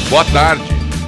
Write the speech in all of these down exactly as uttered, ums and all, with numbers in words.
Boa tarde.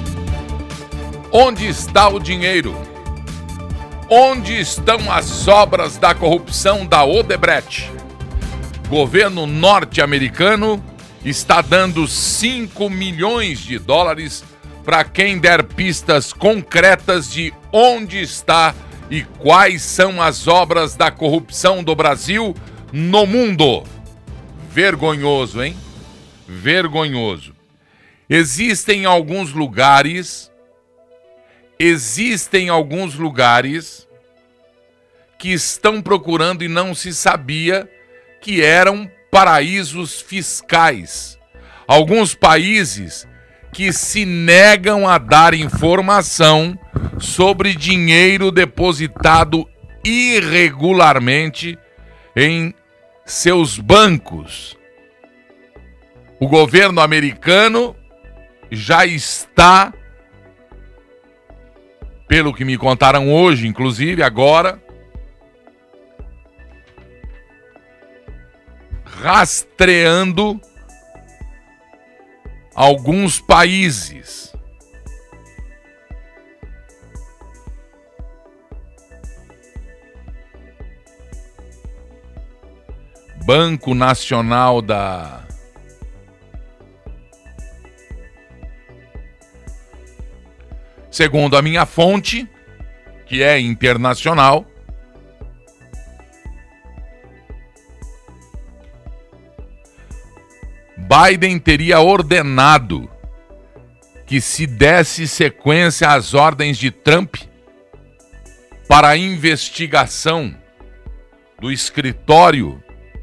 Onde está o dinheiro? Onde estão as obras da corrupção da Odebrecht? Governo norte-americano está dando cinco milhões de dólares para quem der pistas concretas de onde está e quais são as obras da corrupção do Brasil no mundo. Vergonhoso, hein? Vergonhoso. Existem alguns lugares, existem alguns lugares que estão procurando e não se sabia que eram paraísos fiscais. Alguns países que se negam a dar informação sobre dinheiro depositado irregularmente em seus bancos. O governo americano já está, pelo que me contaram hoje, inclusive agora, rastreando alguns países. Banco Nacional da Segundo a minha fonte, que é internacional, Biden teria ordenado que se desse sequência às ordens de Trump para a investigação do escritório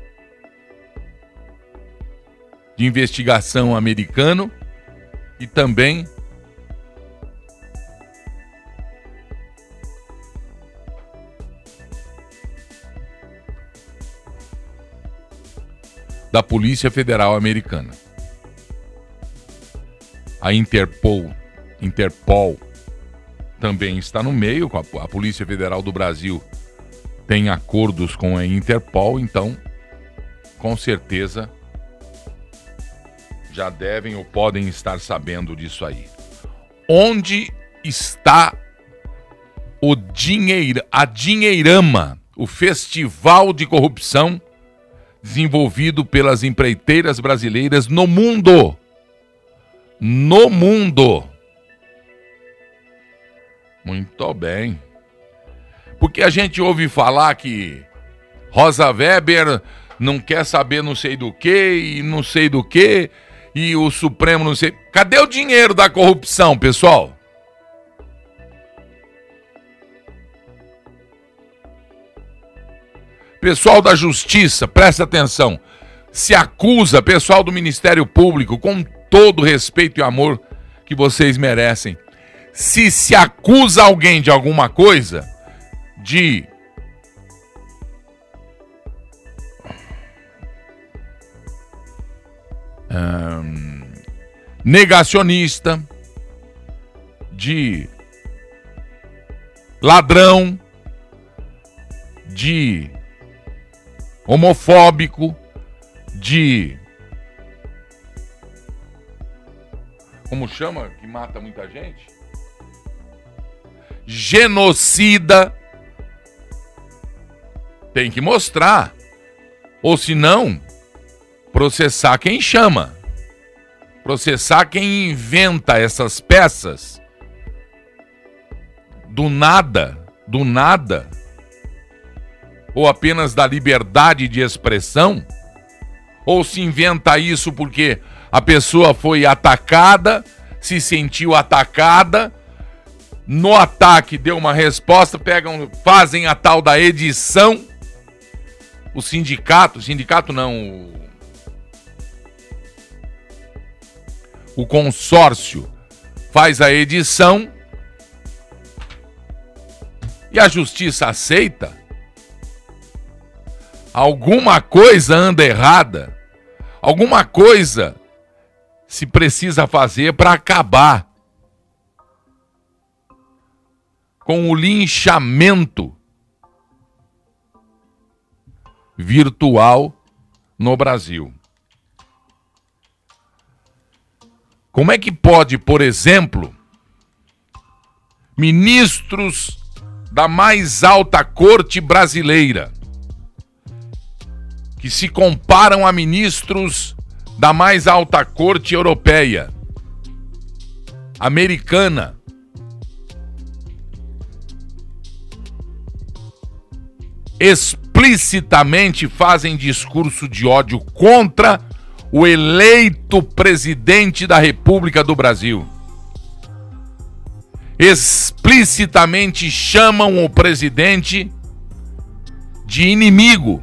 de investigação americano e também da Polícia Federal Americana. A Interpol, Interpol também está no meio, a, a Polícia Federal do Brasil tem acordos com a Interpol, então, com certeza, já devem ou podem estar sabendo disso aí. Onde está o dinheiro, a dinheirama, o festival de corrupção desenvolvido pelas empreiteiras brasileiras no mundo. No mundo. Muito bem. Porque a gente ouve falar que Rosa Weber não quer saber não sei do que e não sei do que e o Supremo não sei... Cadê o dinheiro da corrupção, pessoal? Pessoal da Justiça, presta atenção, se acusa, pessoal do Ministério Público, com todo o respeito e amor que vocês merecem, se se acusa alguém de alguma coisa, de hum, negacionista, de ladrão, de homofóbico, de... Como chama? Que mata muita gente? Genocida. Tem que mostrar. Ou se não, processar quem chama. Processar quem inventa essas peças. Do nada, do nada. Ou apenas da liberdade de expressão, ou se inventa isso porque a pessoa foi atacada, se sentiu atacada, no ataque deu uma resposta, pegam, fazem a tal da edição, o sindicato, sindicato não, o, o consórcio faz a edição e a justiça aceita. Alguma coisa anda errada, alguma coisa se precisa fazer para acabar com o linchamento virtual no Brasil. Como é que pode, por exemplo, ministros da mais alta corte brasileira, que se comparam a ministros da mais alta corte europeia, americana, explicitamente fazem discurso de ódio contra o eleito presidente da República do Brasil. Explicitamente chamam o presidente de inimigo.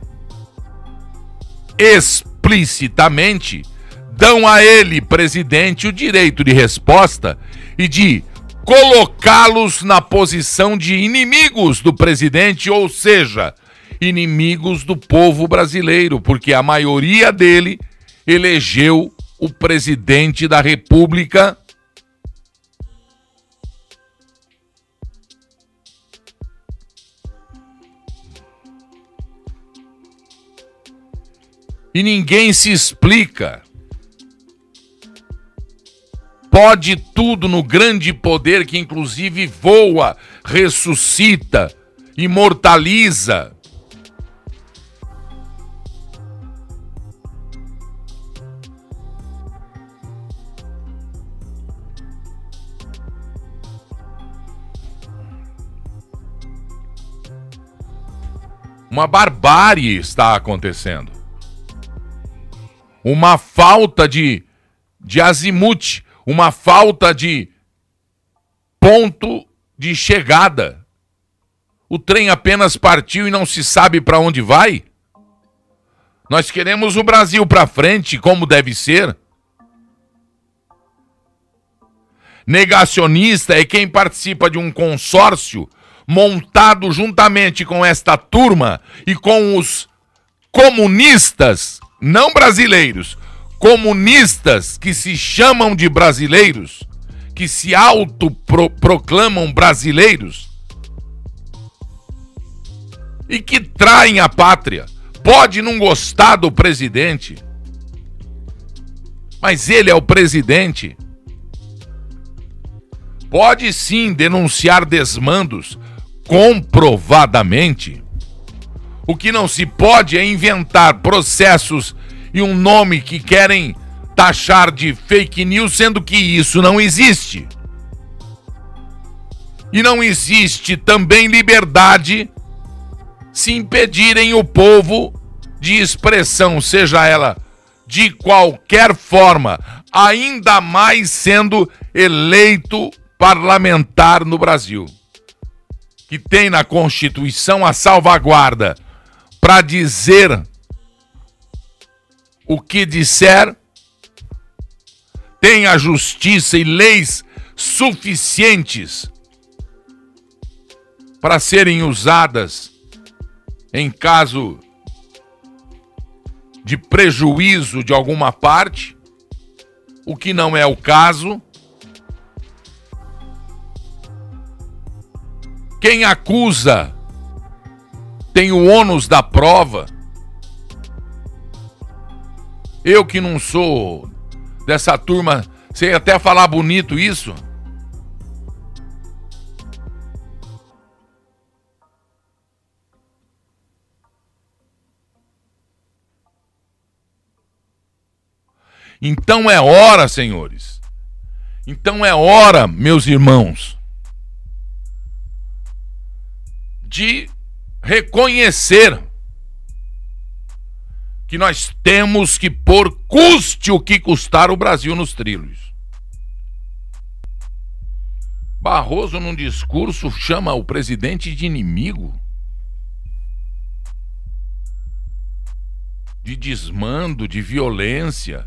Explicitamente dão a ele, presidente, o direito de resposta e de colocá-los na posição de inimigos do presidente, ou seja, inimigos do povo brasileiro, porque a maioria dele elegeu o presidente da República. E ninguém se explica. Pode tudo no grande poder que inclusive voa, ressuscita, imortaliza. Uma barbárie está acontecendo. Uma falta de, de azimuth, uma falta de ponto de chegada. O trem apenas partiu e não se sabe para onde vai. Nós queremos o Brasil para frente, como deve ser. Negacionista é quem participa de um consórcio montado juntamente com esta turma e com os comunistas, não brasileiros, comunistas que se chamam de brasileiros, que se autoproclamam brasileiros e que traem a pátria. Pode não gostar do presidente, mas ele é o presidente. Pode sim denunciar desmandos, comprovadamente. O que não se pode é inventar processos e um nome que querem taxar de fake news, sendo que isso não existe. E não existe também liberdade se impedirem o povo de expressão, seja ela de qualquer forma, ainda mais sendo eleito parlamentar no Brasil, que tem na Constituição a salvaguarda para dizer o que disser, tem a justiça e leis suficientes para serem usadas em caso de prejuízo de alguma parte, o que não é o caso. Quem acusa tem o ônus da prova. Eu que não sou dessa turma, sei até falar bonito isso. Então é hora, senhores. Então é hora, meus irmãos, de reconhecer que nós temos que pôr, custe o que custar, o Brasil nos trilhos. Barroso, num discurso, chama o presidente de inimigo, de desmando, de violência.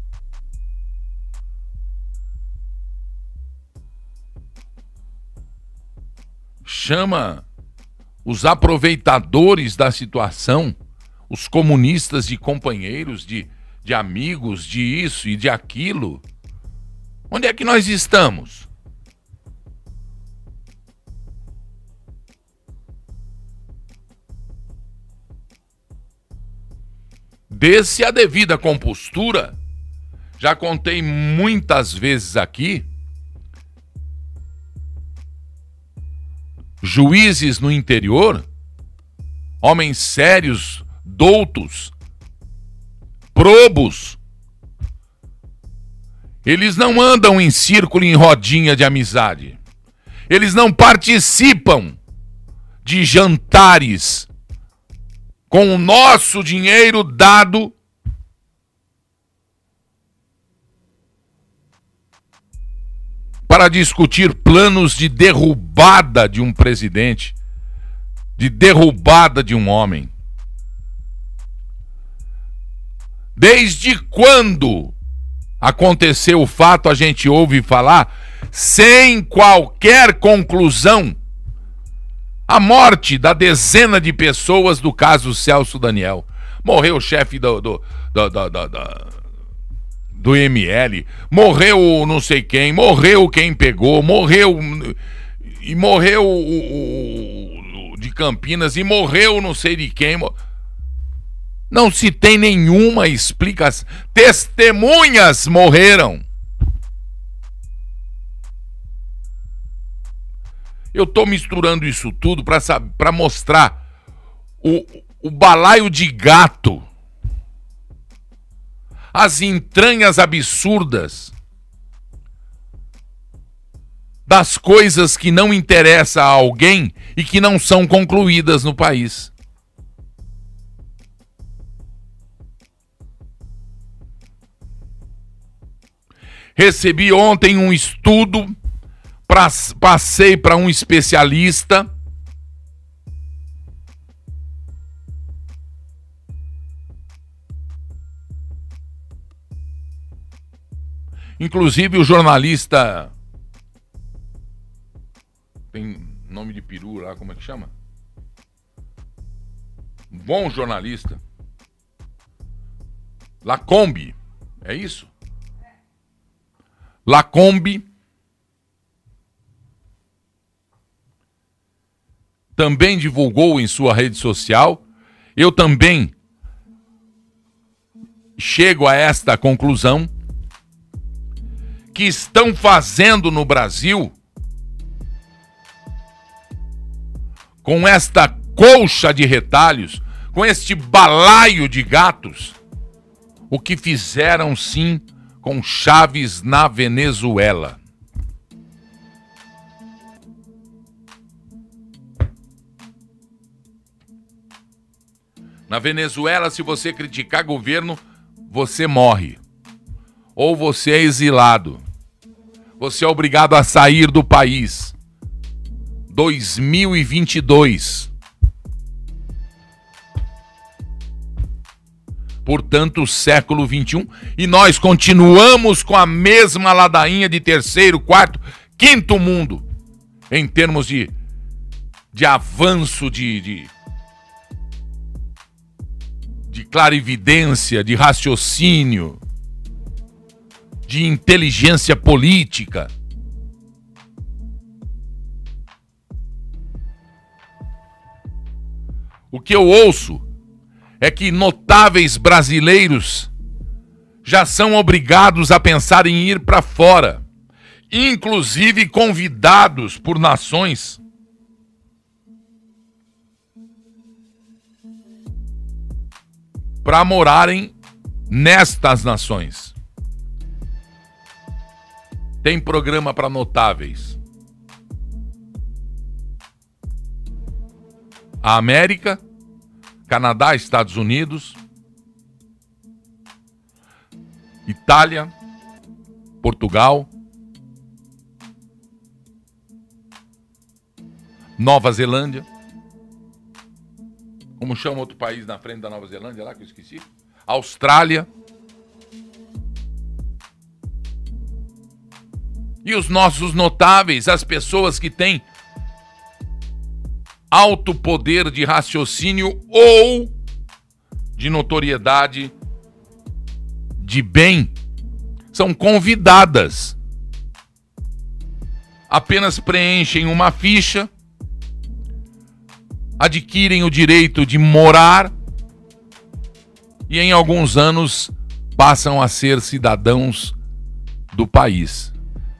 Chama os aproveitadores da situação, os comunistas, de companheiros, de, de amigos, de isso e de aquilo. Onde é que nós estamos? Dê-se a devida compostura, Já contei muitas vezes aqui, juízes no interior, homens sérios, doutos, probos, eles não andam em círculo, em rodinha de amizade. Eles não participam de jantares com o nosso dinheiro dado para discutir planos de derrubada de um presidente, de derrubada de um homem. Desde quando aconteceu o fato, a gente ouve falar, sem qualquer conclusão, a morte da dezena de pessoas do caso Celso Daniel. Morreu o chefe do, do, do, do, do, do, do M L, morreu não sei quem, morreu quem pegou, morreu e morreu o, o de Campinas e morreu não sei de quem. Não se tem nenhuma explicação. Testemunhas morreram. Eu estou misturando isso tudo para mostrar o, o balaio de gato, as entranhas absurdas das coisas que não interessam a alguém e que não são concluídas no país. Recebi ontem um estudo, pra, passei para um especialista. Inclusive o jornalista, tem nome de peru lá, como é que chama? Bom jornalista. Lacombe, é isso? Lacombe também divulgou em sua rede social. Eu também chego a esta conclusão, que estão fazendo no Brasil, com esta colcha de retalhos, com este balaio de gatos, o que fizeram sim com Chávez na Venezuela. Na Venezuela, se você criticar governo, você morre. Ou você é exilado. Você é obrigado a sair do país. dois mil e vinte e dois. Portanto, século vinte e um, e nós continuamos com a mesma ladainha de terceiro, quarto, quinto mundo, em termos de, de avanço, de, de, de clarividência, de raciocínio, de inteligência política. O que eu ouço é que notáveis brasileiros já são obrigados a pensar em ir para fora, inclusive convidados por nações para morarem nestas nações. Tem programa para notáveis. A América, Canadá, Estados Unidos, Itália, Portugal, Nova Zelândia. Como chama outro país na frente da Nova Zelândia lá que eu esqueci? Austrália. E os nossos notáveis, as pessoas que têm alto poder de raciocínio ou de notoriedade, de bem, são convidadas. Apenas preenchem uma ficha, adquirem o direito de morar e em alguns anos passam a ser cidadãos do país.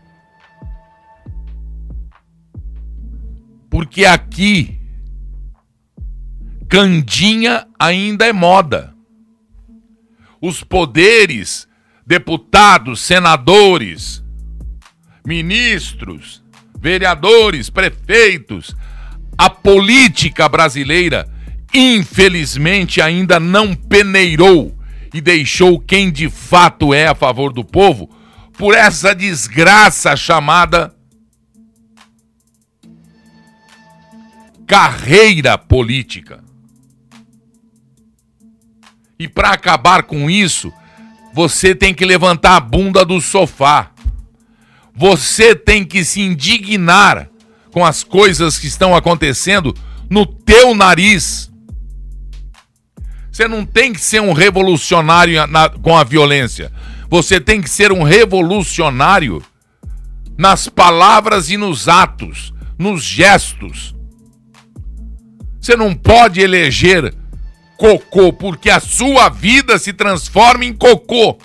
Porque aqui, candinha ainda é moda. Os poderes, deputados, senadores, ministros, vereadores, prefeitos, a política brasileira, infelizmente, ainda não peneirou e deixou quem de fato é a favor do povo por essa desgraça chamada carreira política. E para acabar com isso, você tem que levantar a bunda do sofá. Você tem que se indignar com as coisas que estão acontecendo no teu nariz. Você não tem que ser um revolucionário na, com a violência. Você tem que ser um revolucionário nas palavras e nos atos, nos gestos. Você não pode eleger cocô, porque a sua vida se transforma em cocô.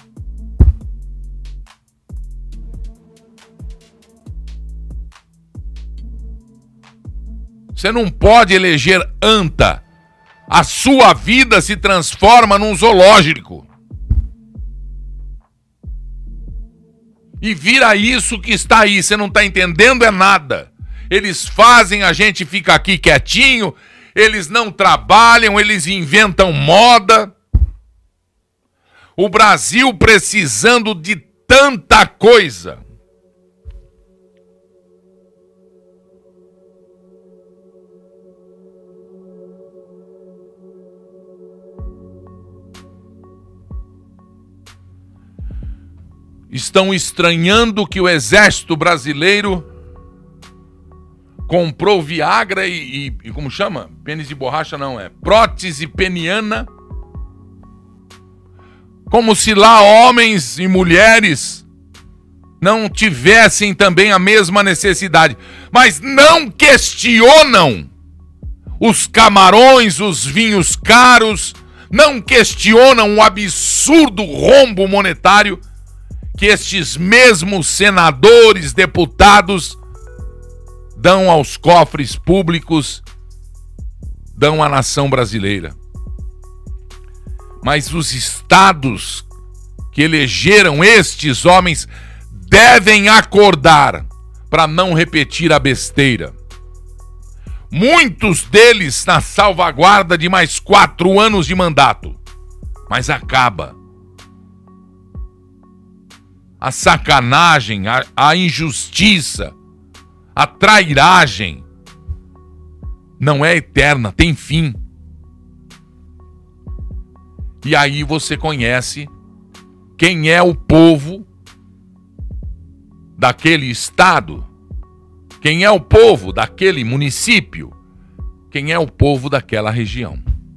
Você não pode eleger anta. A sua vida se transforma num zoológico. E vira isso que está aí. Você não está entendendo é nada. Eles fazem, a gente fica aqui quietinho. Eles não trabalham, eles inventam moda. O Brasil precisando de tanta coisa. Estão estranhando que o exército brasileiro comprou Viagra e, e, e como chama? Pênis de borracha não, é prótese peniana. Como se lá homens e mulheres não tivessem também a mesma necessidade. Mas não questionam os camarões, os vinhos caros, não questionam o absurdo rombo monetário que estes mesmos senadores, deputados dão aos cofres públicos, dão à nação brasileira. Mas os estados que elegeram estes homens devem acordar para não repetir a besteira. Muitos deles na salvaguarda de mais quatro anos de mandato. Mas acaba. A sacanagem, a, a injustiça, a trairagem não é eterna, tem fim. E aí você conhece quem é o povo daquele estado, quem é o povo daquele município, quem é o povo daquela região.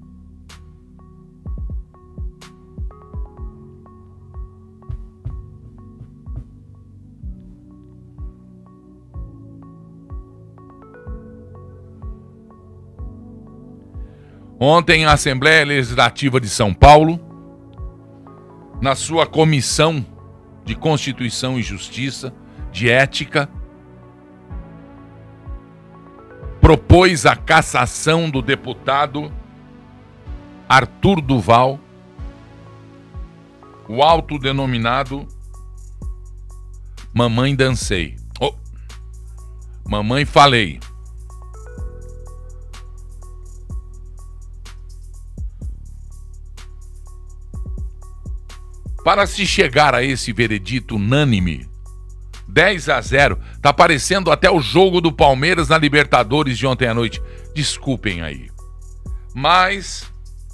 Ontem, a Assembleia Legislativa de São Paulo, na sua Comissão de Constituição e Justiça, de Ética, propôs a cassação do deputado Arthur Duval, o autodenominado Mamãe Dancei. Oh, Mamãe Falei. Para se chegar a esse veredito unânime, dez a zero, tá parecendo até o jogo do Palmeiras na Libertadores de ontem à noite. Desculpem aí. Mas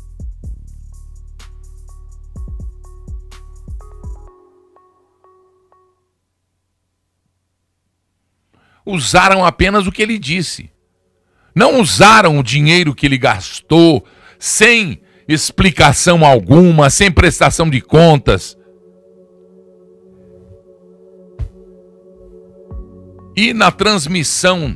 usaram apenas o que ele disse. Não usaram o dinheiro que ele gastou sem explicação alguma, sem prestação de contas. E na transmissão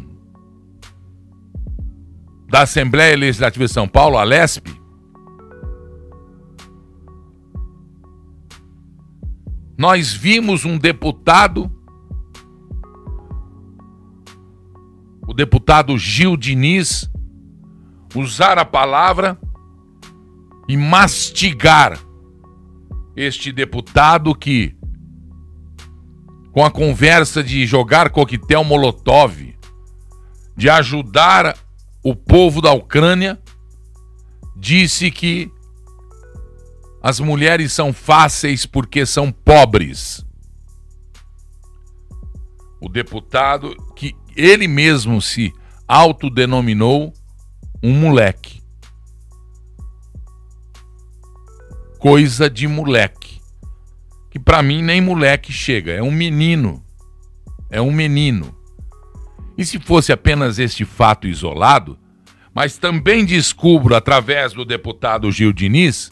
da Assembleia Legislativa de São Paulo, a Lesp, nós vimos um deputado, o deputado Gil Diniz, usar a palavra e mastigar este deputado que, com a conversa de jogar coquetel Molotov, de ajudar o povo da Ucrânia, disse que as mulheres são fáceis porque são pobres. O deputado que ele mesmo se autodenominou um moleque. Coisa de moleque. Que pra mim nem moleque chega, é um menino. É um menino. E se fosse apenas este fato isolado, mas também descubro através do deputado Gil Diniz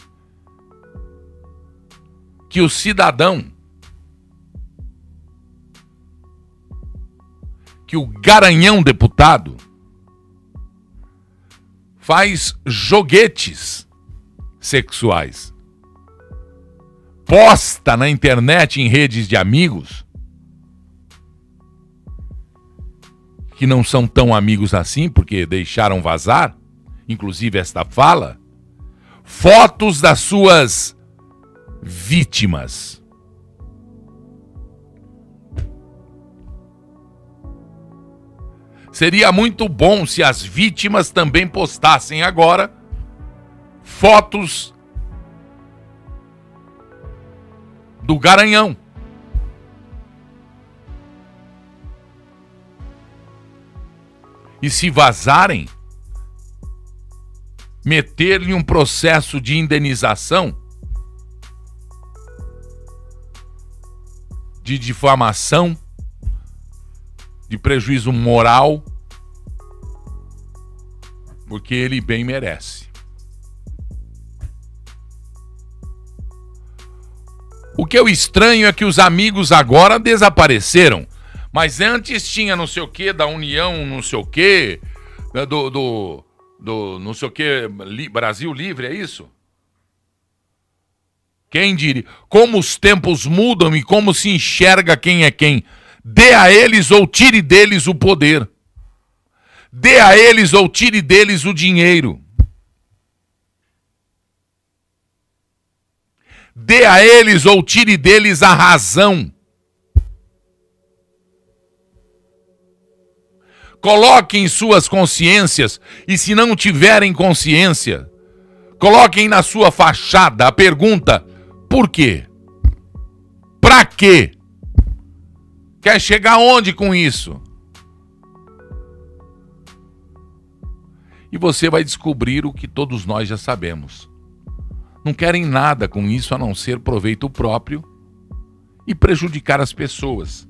que o cidadão, que o garanhão deputado faz joguetes sexuais, posta na internet em redes de amigos, que não são tão amigos assim, porque deixaram vazar, inclusive esta fala, fotos das suas vítimas. Seria muito bom se as vítimas também postassem agora fotos do garanhão. E se vazarem, meter-lhe um processo de indenização, de difamação, de prejuízo moral, porque ele bem merece. O que eu estranho é que os amigos agora desapareceram. Mas antes tinha não sei o que, da União não sei o que, do, do, do não sei o que, Brasil Livre, é isso? Quem diria? Como os tempos mudam e como se enxerga quem é quem. Dê a eles ou tire deles o poder. Dê a eles ou tire deles o dinheiro. Dê a eles ou tire deles a razão. Coloquem em suas consciências, e se não tiverem consciência, coloquem na sua fachada a pergunta: por quê? Pra quê? Quer chegar onde com isso? E você vai descobrir o que todos nós já sabemos. Não querem nada com isso a não ser proveito próprio e prejudicar as pessoas.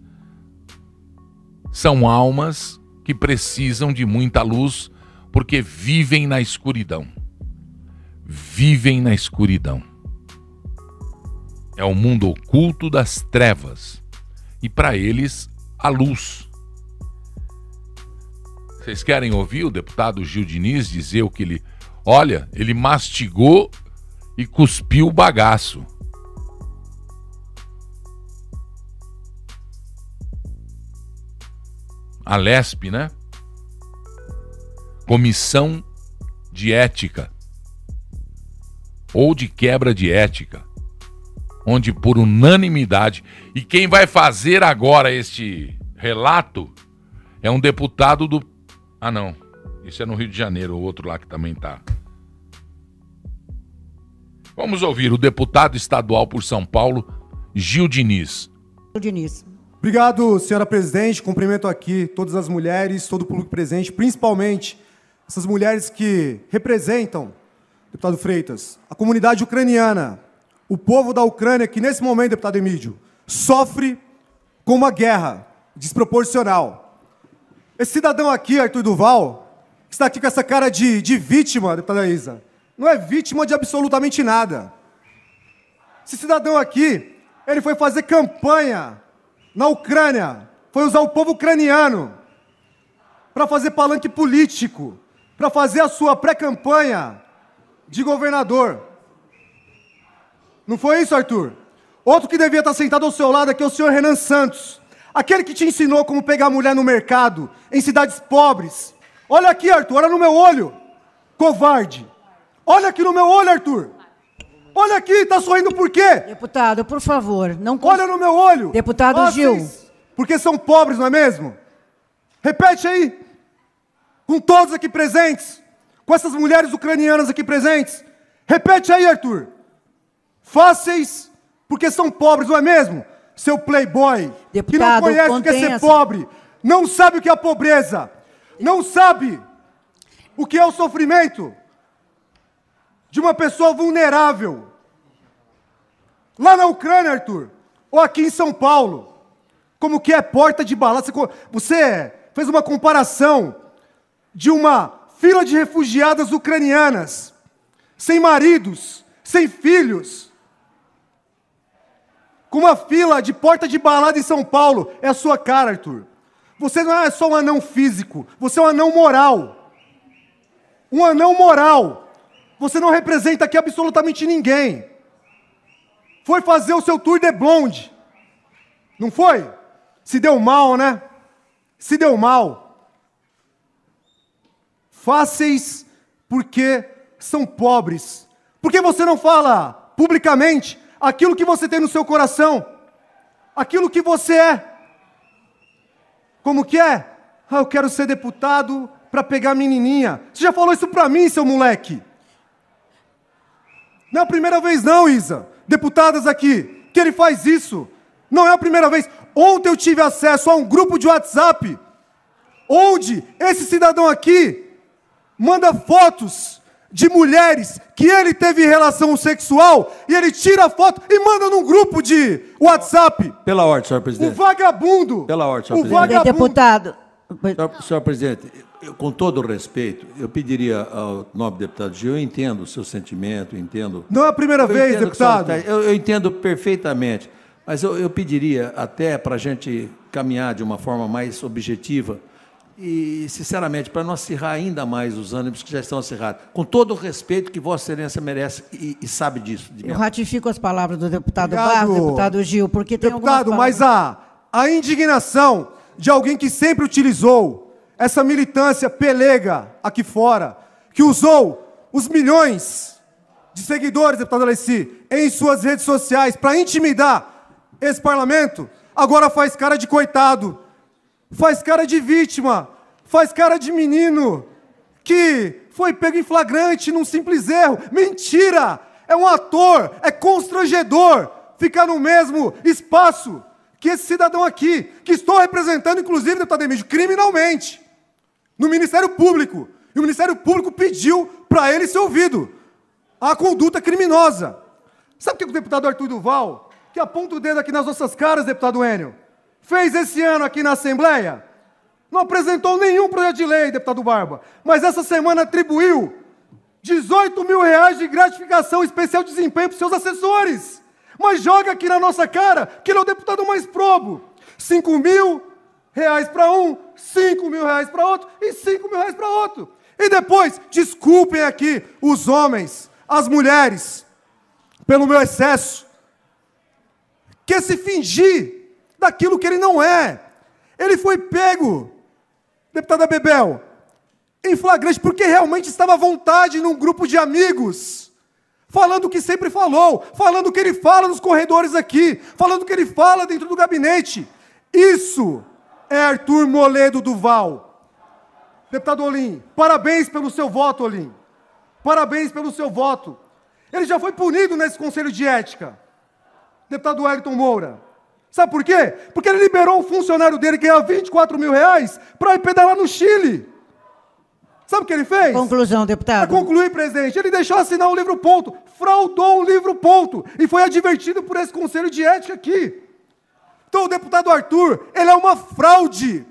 São almas que precisam de muita luz porque vivem na escuridão. Vivem na escuridão. É o mundo oculto das trevas. E para eles, a luz. Vocês querem ouvir o deputado Gil Diniz dizer o que ele... Olha, ele mastigou e cuspiu o bagaço. A Lespe, né? Comissão de Ética. Ou de quebra de ética. Onde por unanimidade... E quem vai fazer agora este relato é um deputado do... Ah, não. Isso é no Rio de Janeiro, o outro lá que também tá. Vamos ouvir o deputado estadual por São Paulo, Gil Diniz. Gil Diniz. Obrigado, senhora presidente. Cumprimento aqui todas as mulheres, todo o público presente, principalmente essas mulheres que representam, deputado Freitas, a comunidade ucraniana, o povo da Ucrânia que, nesse momento, deputado Emídio, sofre com uma guerra desproporcional. Esse cidadão aqui, Arthur Duval, que está aqui com essa cara de, de vítima, deputada Isa, não é vítima de absolutamente nada. Esse cidadão aqui, ele foi fazer campanha na Ucrânia, foi usar o povo ucraniano para fazer palanque político, para fazer a sua pré-campanha de governador. Não foi isso, Arthur? Outro que devia estar sentado ao seu lado aqui é o senhor Renan Santos. Aquele que te ensinou como pegar mulher no mercado, em cidades pobres. Olha aqui, Arthur, olha no meu olho. Covarde. Olha aqui no meu olho, Arthur. Olha aqui, tá sorrindo por quê? Deputado, por favor, não... Olha no meu olho. Deputado ah, Gil. Vocês, porque são pobres, não é mesmo? Repete aí. Com todos aqui presentes. Com essas mulheres ucranianas aqui presentes. Repete aí, Arthur. Fáceis porque são pobres, não é mesmo? Seu playboy, Deputado, que não conhece o que é ser pobre, não sabe o que é a pobreza, não sabe o que é o sofrimento de uma pessoa vulnerável. Lá na Ucrânia, Arthur, ou aqui em São Paulo, como que é porta de balada. Você fez uma comparação de uma fila de refugiadas ucranianas, sem maridos, sem filhos, com uma fila de porta de balada em São Paulo. É a sua cara, Arthur. Você não é só um anão físico, você é um anão moral. Um anão moral. Você não representa aqui absolutamente ninguém. Foi fazer o seu tour de blonde. Não foi? Se deu mal, né? Se deu mal. Fáceis porque são pobres. Por que você não fala publicamente aquilo que você tem no seu coração? Aquilo que você é. Como que é? Ah, eu quero ser deputado para pegar a menininha. Você já falou isso para mim, seu moleque. Não é a primeira vez não, Isa. Deputadas aqui, que ele faz isso. Não é a primeira vez. Ontem eu tive acesso a um grupo de WhatsApp, onde esse cidadão aqui manda fotos de mulheres que ele teve relação sexual, e ele tira a foto e manda num grupo de WhatsApp. Pela ordem, senhor presidente. O vagabundo. Pela ordem, senhor o presidente. Vagabundo. Deputado. Senhor, senhor presidente, eu, com todo o respeito, eu pediria ao nobre deputado Gil, eu entendo o seu sentimento, entendo... Não é a primeira eu vez, deputado. Está, eu, eu entendo perfeitamente, mas eu, eu pediria até para a gente caminhar de uma forma mais objetiva e, sinceramente, para não acirrar ainda mais os ânimos que já estão acirrados, com todo o respeito que Vossa Excelência merece e, e sabe disso. Eu ratifico as palavras do deputado Obrigado, Barros, deputado Gil, porque tem deputado, algumas mas a, a indignação de alguém que sempre utilizou essa militância pelega aqui fora, que usou os milhões de seguidores, deputado Alessi, em suas redes sociais para intimidar esse parlamento, agora faz cara de coitado, faz cara de vítima, faz cara de menino que foi pego em flagrante num simples erro. Mentira! É um ator, é constrangedor ficar no mesmo espaço que esse cidadão aqui, que estou representando, inclusive, deputado Emílio, criminalmente, no Ministério Público. E o Ministério Público pediu para ele ser ouvido. A conduta criminosa. Sabe o que o deputado Arthur Duval, que aponta o dedo aqui nas nossas caras, deputado Enio, fez esse ano aqui na Assembleia? Não apresentou nenhum projeto de lei, deputado Barba, mas essa semana atribuiu dezoito mil reais de gratificação especial de desempenho para os seus assessores. Mas joga aqui na nossa cara que ele é o deputado mais probo. cinco mil reais para um, cinco mil reais para outro e cinco mil reais para outro. E depois, desculpem aqui os homens, as mulheres, pelo meu excesso, quer se fingir daquilo que ele não é. Ele foi pego, deputada Bebel, em flagrante, porque realmente estava à vontade num grupo de amigos, falando o que sempre falou, falando o que ele fala nos corredores aqui, falando o que ele fala dentro do gabinete. Isso é Arthur Moledo Duval. Deputado Olim, parabéns pelo seu voto, Olim. Parabéns pelo seu voto. Ele já foi punido nesse Conselho de Ética. Deputado Wellington Moura. Sabe por quê? Porque ele liberou um funcionário dele que ganha vinte e quatro mil reais para ir pedalar no Chile. Sabe o que ele fez? Conclusão, deputado. Para concluir, presidente, ele deixou assinar um livro-ponto, fraudou um livro-ponto e foi advertido por esse Conselho de Ética aqui. Então, o deputado Arthur, ele é uma fraude,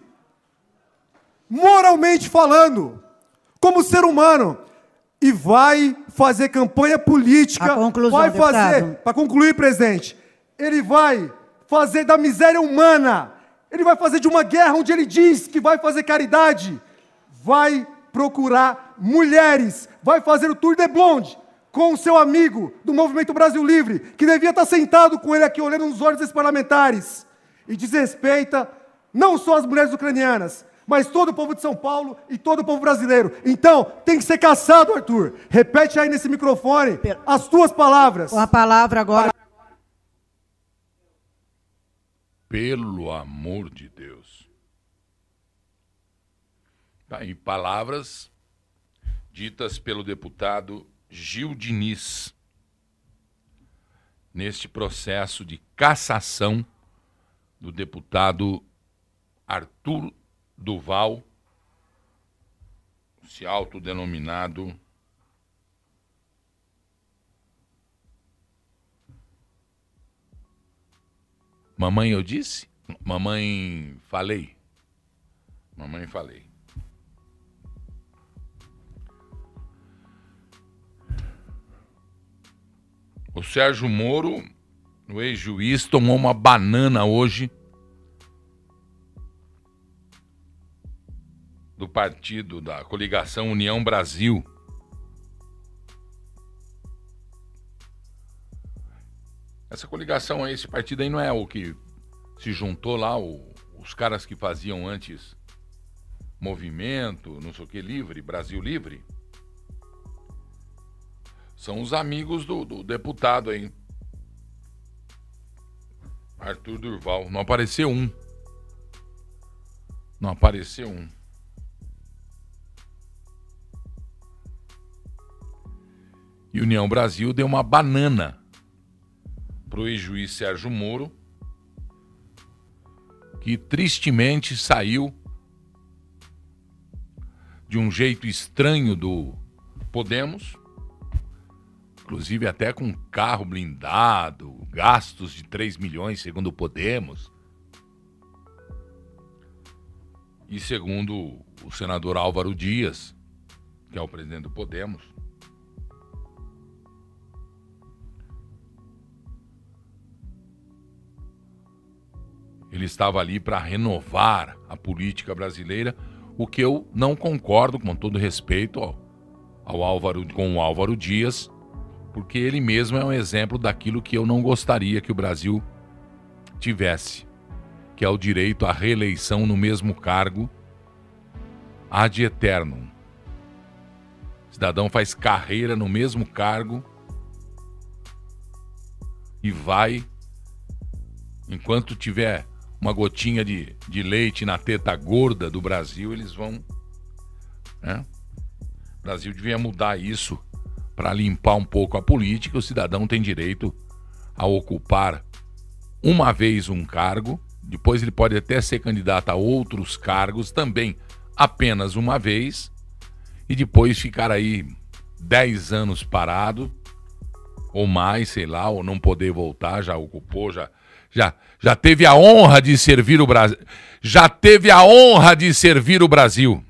moralmente falando, como ser humano, e vai fazer campanha política, A conclusão, vai fazer, deputado. para concluir, presidente, ele vai fazer da miséria humana, ele vai fazer de uma guerra onde ele diz que vai fazer caridade, vai procurar mulheres, vai fazer o tour de blonde, com o seu amigo do Movimento Brasil Livre, que devia estar sentado com ele aqui, olhando nos olhos desses parlamentares, e desrespeita não só as mulheres ucranianas, mas todo o povo de São Paulo e todo o povo brasileiro. Então, tem que ser caçado, Arthur. Repete aí nesse microfone as tuas palavras. Com a palavra agora. Pelo amor de Deus. Tá aí, palavras ditas pelo deputado Gil Diniz neste processo de cassação do deputado Arthur Duval, se autodenominado Mamãe eu disse? Mamãe falei. Mamãe falei. O Sérgio Moro, o ex-juiz, tomou uma banana hoje do partido da coligação União Brasil. Essa coligação aí, esse partido aí não é o que se juntou lá, o, os caras que faziam antes Movimento, não sei o que, Livre, Brasil Livre? São os amigos do, do deputado aí, Arthur Duval. Não apareceu um. Não apareceu um. E União Brasil deu uma banana pro ex-juiz Sérgio Moro, que tristemente saiu de um jeito estranho do Podemos, inclusive até com carro blindado, gastos de três milhões, segundo o Podemos. E segundo o senador Álvaro Dias, que é o presidente do Podemos, ele estava ali para renovar a política brasileira, o que eu não concordo, com todo respeito ao, ao Álvaro, com o Álvaro Dias, porque ele mesmo é um exemplo daquilo que eu não gostaria que o Brasil tivesse, que é o direito à reeleição no mesmo cargo ad eternum. O cidadão faz carreira no mesmo cargo e vai, enquanto tiver uma gotinha de, de leite na teta gorda do Brasil, eles vão... Né? O Brasil devia mudar isso para limpar um pouco a política. O cidadão tem direito a ocupar uma vez um cargo, depois ele pode até ser candidato a outros cargos também apenas uma vez, e depois ficar aí dez anos parado, ou mais, sei lá, ou não poder voltar, já ocupou, já... Já, já teve a honra de servir o Brasil. Já teve a honra de servir o Brasil.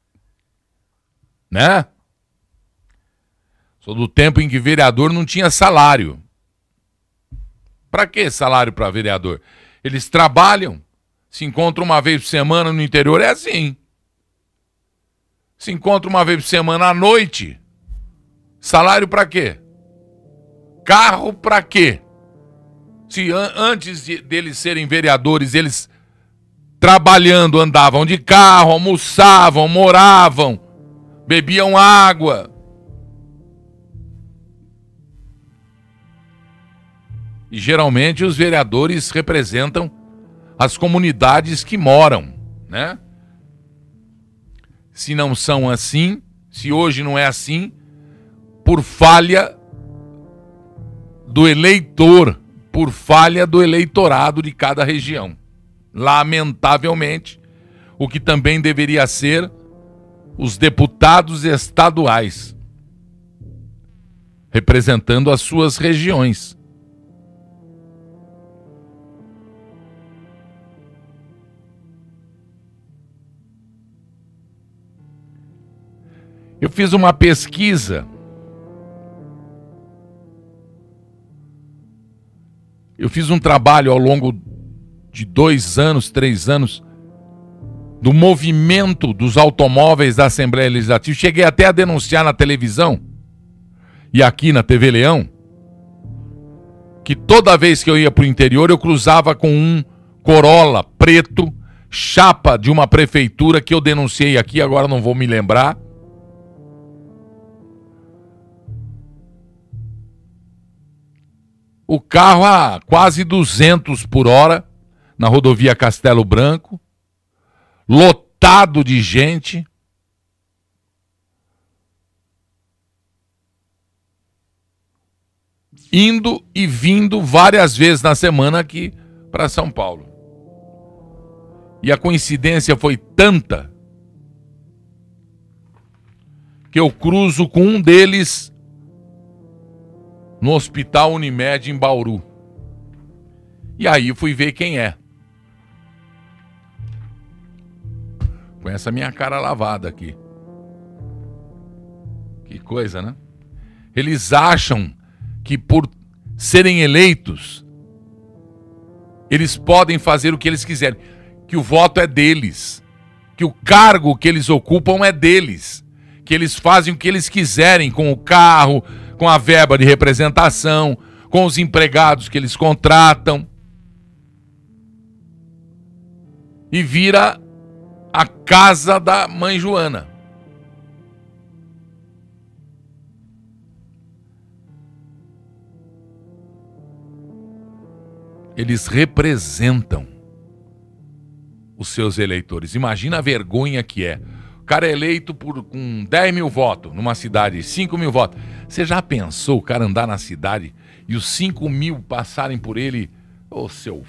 Né? Sou do tempo em que vereador não tinha salário. Pra que salário para vereador? Eles trabalham, se encontram uma vez por semana no interior, é assim. Se encontram uma vez por semana à noite. Salário para quê? Carro para quê? Se an- antes de, deles serem vereadores, eles trabalhando andavam de carro, almoçavam, moravam, bebiam água. E geralmente os vereadores representam as comunidades que moram, né? Se não são assim, se hoje não é assim, por falha do eleitor, por falha do eleitorado de cada região. Lamentavelmente, o que também deveria ser os deputados estaduais, representando as suas regiões. Eu fiz uma pesquisa. Eu fiz um trabalho ao longo de dois anos, três anos, do movimento dos automóveis da Assembleia Legislativa. Cheguei até a denunciar na televisão. e aqui na T V Leão, que toda vez que eu ia para o interior eu cruzava com um Corolla preto, chapa de uma prefeitura que eu denunciei aqui, agora não vou me lembrar. O carro a quase duzentos por hora na rodovia Castelo Branco, lotado de gente. Indo e vindo várias vezes na semana aqui para São Paulo. E a coincidência foi tanta que eu cruzo com um deles no Hospital Unimed em Bauru. E aí eu fui ver quem é. Com essa minha cara lavada aqui. Que coisa, né? Eles acham que por serem eleitos, eles podem fazer o que eles quiserem. Que o voto é deles. Que o cargo que eles ocupam é deles. Que eles fazem o que eles quiserem com o carro, com a verba de representação, com os empregados que eles contratam. E vira a casa da mãe Joana. Eles representam os seus eleitores. Imagina a vergonha que é. O cara é eleito por, com dez mil votos numa cidade, cinco mil votos. Você já pensou o cara andar na cidade e os cinco mil passarem por ele? Ô, seu...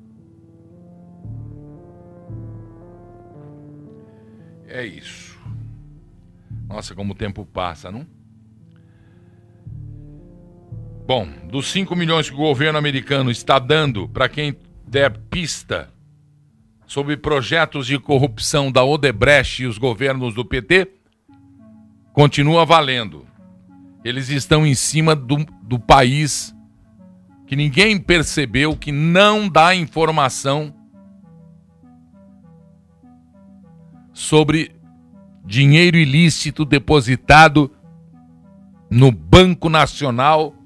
É isso. Nossa, como o tempo passa, não? Bom, dos cinco milhões que o governo americano está dando para quem der pista sobre projetos de corrupção da Odebrecht e os governos do P T, continua valendo. Eles estão em cima do, do país que ninguém percebeu, que não dá informação sobre dinheiro ilícito depositado no Banco Nacional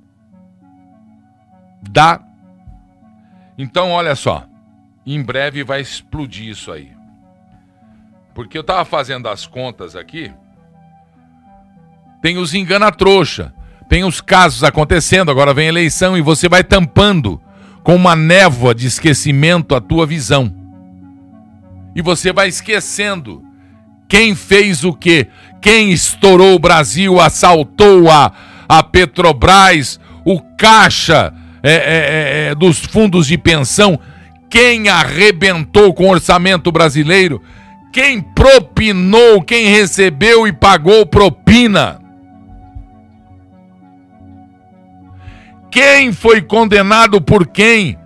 da... Então, olha só, em breve vai explodir isso aí. Porque eu estava fazendo as contas aqui, tem os engana-trouxa, tem os casos acontecendo, agora vem a eleição e você vai tampando com uma névoa de esquecimento a tua visão. E você vai esquecendo quem fez o quê, quem estourou o Brasil, assaltou a, a Petrobras, o caixa é, é, é, dos fundos de pensão, quem arrebentou com o orçamento brasileiro, quem propinou, quem recebeu e pagou propina. Quem foi condenado por quem?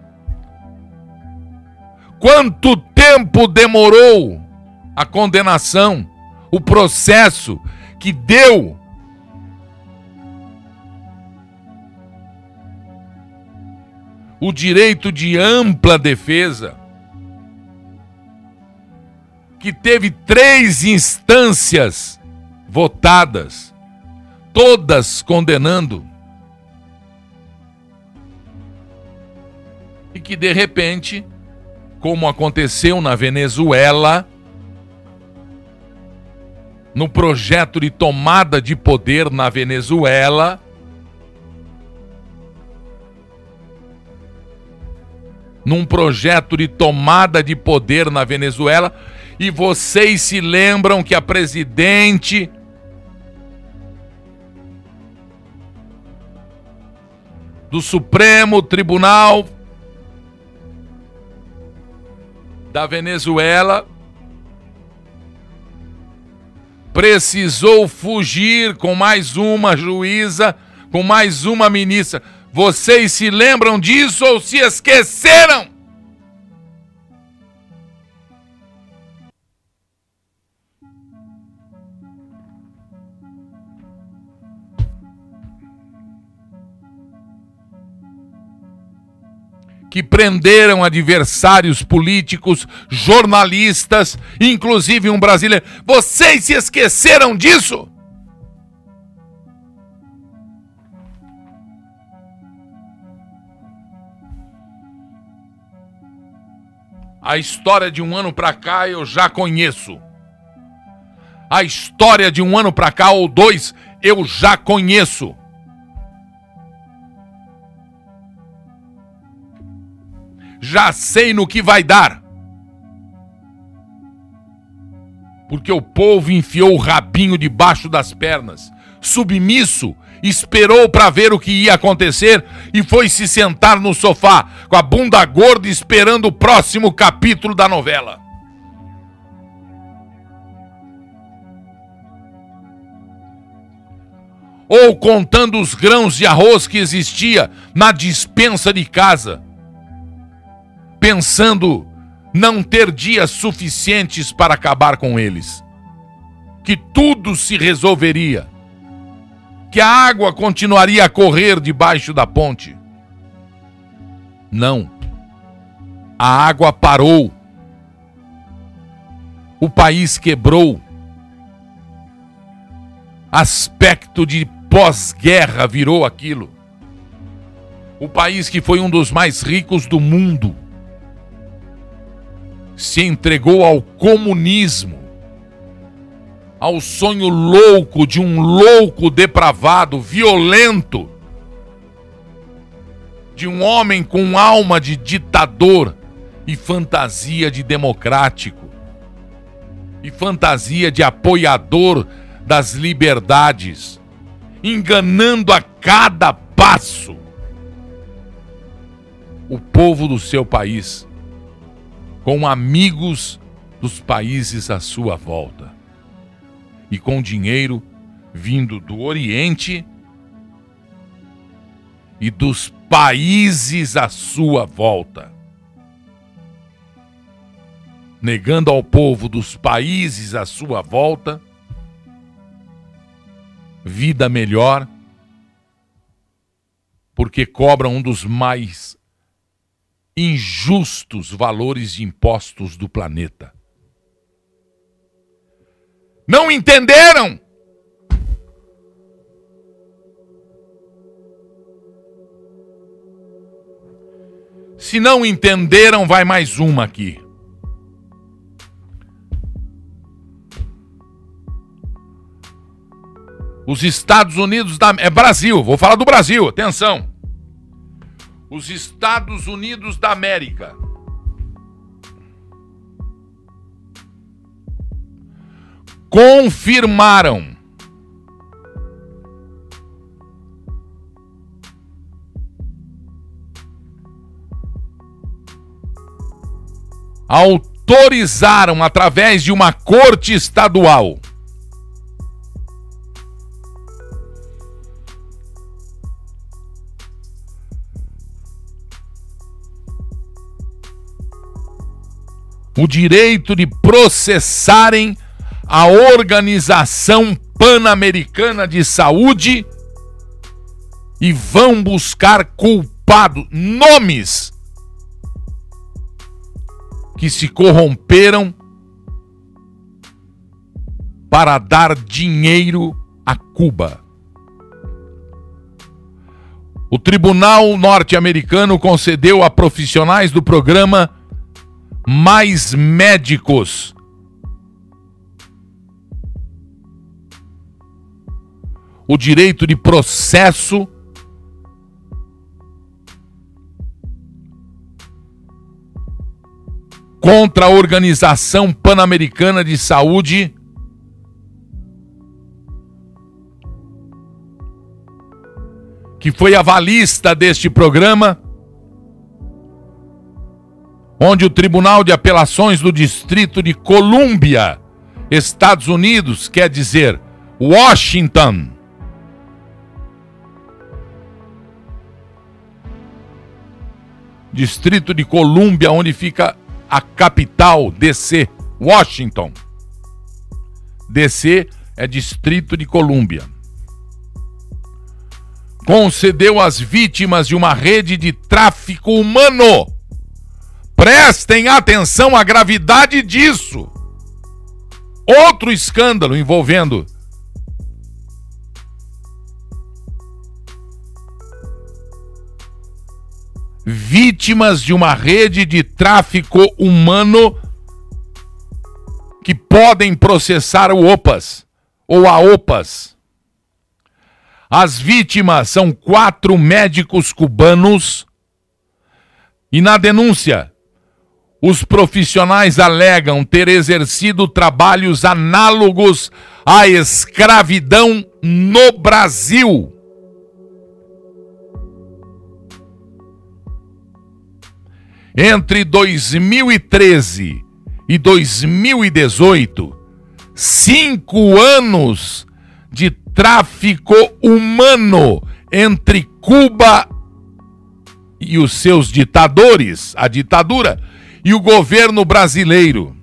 Quanto tempo demorou a condenação, o processo que deu o direito de ampla defesa, que teve três instâncias votadas, todas condenando, e que de repente, como aconteceu na Venezuela, no projeto de tomada de poder na Venezuela, num projeto de tomada de poder na Venezuela, e vocês se lembram que a presidente do Supremo Tribunal da Venezuela precisou fugir com mais uma juíza, com mais uma ministra. Vocês se lembram disso ou se esqueceram? Que prenderam adversários políticos, jornalistas, inclusive um brasileiro. Vocês se esqueceram disso? A história de um ano pra cá eu já conheço. A história de um ano pra cá ou dois eu já conheço. Já sei no que vai dar. Porque o povo enfiou o rabinho debaixo das pernas, submisso, esperou para ver o que ia acontecer e foi se sentar no sofá, com a bunda gorda, esperando o próximo capítulo da novela. Ou contando os grãos de arroz que existia na despensa de casa, pensando não ter dias suficientes para acabar com eles, que tudo se resolveria, que a água continuaria a correr debaixo da ponte. Não. A água parou. O país quebrou. Aspecto de pós-guerra virou aquilo. O país que foi um dos mais ricos do mundo se entregou ao comunismo, ao sonho louco de um louco depravado, violento, de um homem com alma de ditador e fantasia de democrático, e fantasia de apoiador das liberdades, enganando a cada passo o povo do seu país, com amigos dos países à sua volta e com dinheiro vindo do Oriente e dos países à sua volta, negando ao povo dos países à sua volta vida melhor, porque cobram um dos mais injustos valores de impostos do planeta. Não entenderam? Se não entenderam, vai mais uma aqui. Os Estados Unidos da... É Brasil, vou falar do Brasil, atenção. Os Estados Unidos da América confirmaram autorizaram através de uma corte estadual o direito de processarem a Organização Pan-Americana de Saúde e vão buscar culpados, nomes que se corromperam para dar dinheiro a Cuba. O tribunal norte-americano concedeu a profissionais do programa Mais Médicos o direito de processo contra a Organização Pan-Americana de Saúde que foi avalista deste programa, onde o Tribunal de Apelações do Distrito de Colômbia, Estados Unidos, quer dizer, Washington, Distrito de Colômbia, onde fica a capital, D C, Washington. D C é Distrito de Colômbia. Concedeu às vítimas de uma rede de tráfico humano. Prestem atenção à gravidade disso. Outro escândalo envolvendo vítimas de uma rede de tráfico humano que podem processar o OPAS ou a OPAS. As vítimas são quatro médicos cubanos e na denúncia os profissionais alegam ter exercido trabalhos análogos à escravidão no Brasil. Entre dois mil e treze e dois mil e dezoito, cinco anos de tráfico humano entre Cuba e os seus ditadores, a ditadura, e o governo brasileiro.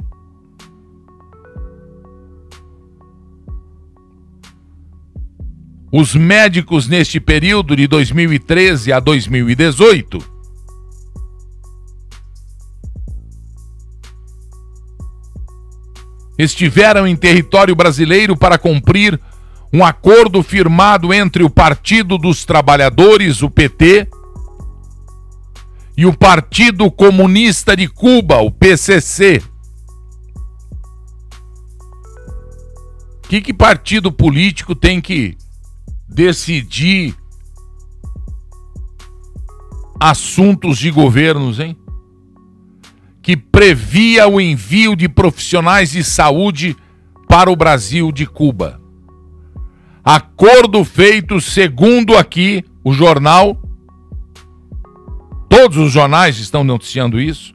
Os médicos neste período de dois mil e treze a dois mil e dezoito estiveram em território brasileiro para cumprir um acordo firmado entre o Partido dos Trabalhadores, o P T, e o Partido Comunista de Cuba, o P C C. Que que partido político tem que decidir assuntos de governos, hein? Que previa o envio de profissionais de saúde para o Brasil de Cuba. Acordo feito, segundo aqui o jornal, todos os jornais estão noticiando isso,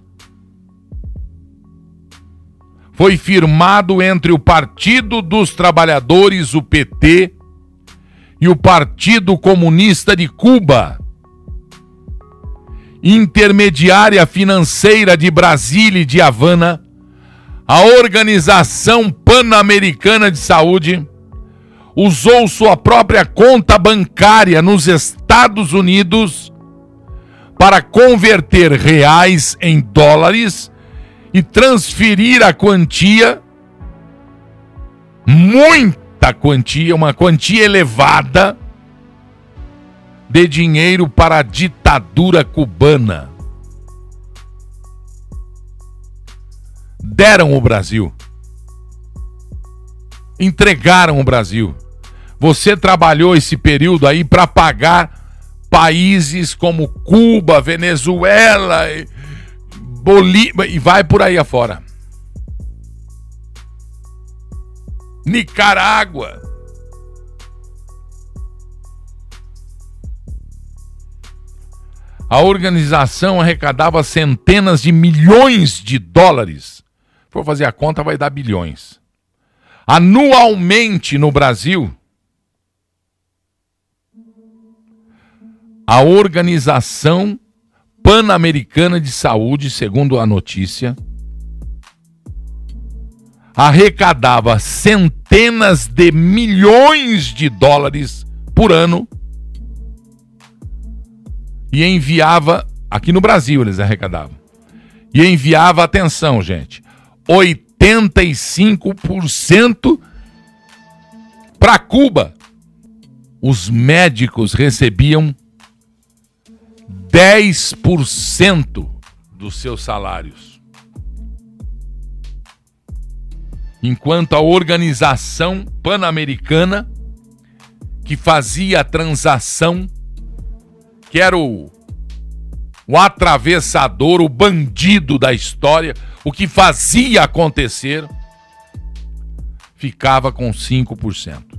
foi firmado entre o Partido dos Trabalhadores, o P T, e o Partido Comunista de Cuba, intermediária financeira de Brasília e de Havana, a Organização Pan-Americana de Saúde usou sua própria conta bancária nos Estados Unidos para converter reais em dólares e transferir a quantia, muita quantia, uma quantia elevada de dinheiro para a ditadura cubana. Deram o Brasil. Entregaram o Brasil. Você trabalhou esse período aí para pagar países como Cuba, Venezuela, Bolívia e vai por aí afora. Nicarágua. A organização arrecadava centenas de milhões de dólares. Se for fazer a conta, vai dar bilhões. Anualmente no Brasil, a Organização Pan-Americana de Saúde, segundo a notícia, arrecadava centenas de milhões de dólares por ano e enviava, aqui no Brasil eles arrecadavam, e enviava, atenção gente, oitenta e cinco por cento para Cuba. Os médicos recebiam dez por cento dos seus salários. Enquanto a Organização Pan-Americana, que fazia a transação, que era o, o atravessador, o bandido da história, o que fazia acontecer, ficava com cinco por cento.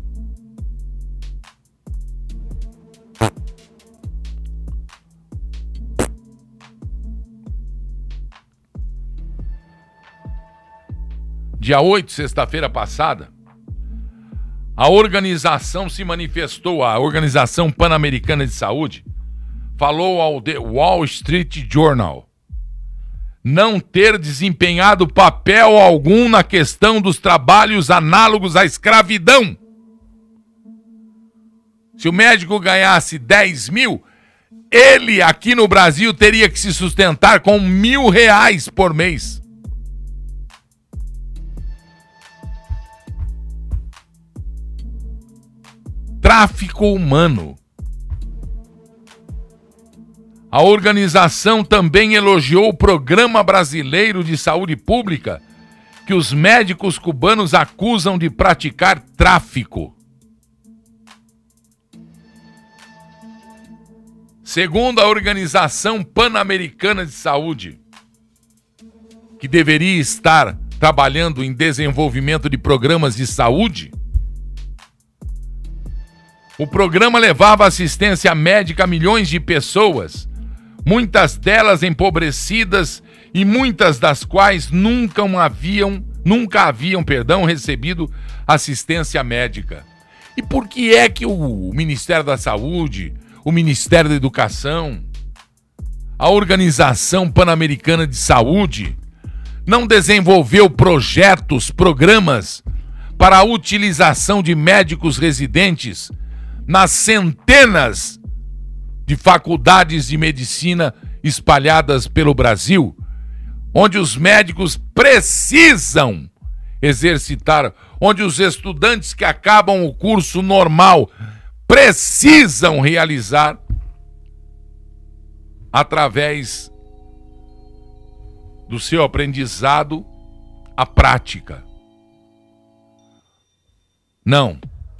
Dia oito, sexta-feira passada, a organização se manifestou, a Organização Pan-Americana de Saúde, falou ao The Wall Street Journal não ter desempenhado papel algum na questão dos trabalhos análogos à escravidão. Se o médico ganhasse dez mil, ele aqui no Brasil teria que se sustentar com mil reais por mês. Tráfico humano. A organização também elogiou o Programa Brasileiro de Saúde Pública, que os médicos cubanos acusam de praticar tráfico. Segundo a Organização Pan-Americana de Saúde, que deveria estar trabalhando em desenvolvimento de programas de saúde, o programa levava assistência médica a milhões de pessoas, muitas delas empobrecidas e muitas das quais nunca haviam, nunca haviam, perdão, recebido assistência médica. E por que é que o Ministério da Saúde, o Ministério da Educação, a Organização Pan-Americana de Saúde não desenvolveu projetos, programas para a utilização de médicos residentes nas centenas de faculdades de medicina espalhadas pelo Brasil, onde os médicos precisam exercitar, onde os estudantes que acabam o curso normal precisam realizar através do seu aprendizado a prática. Não.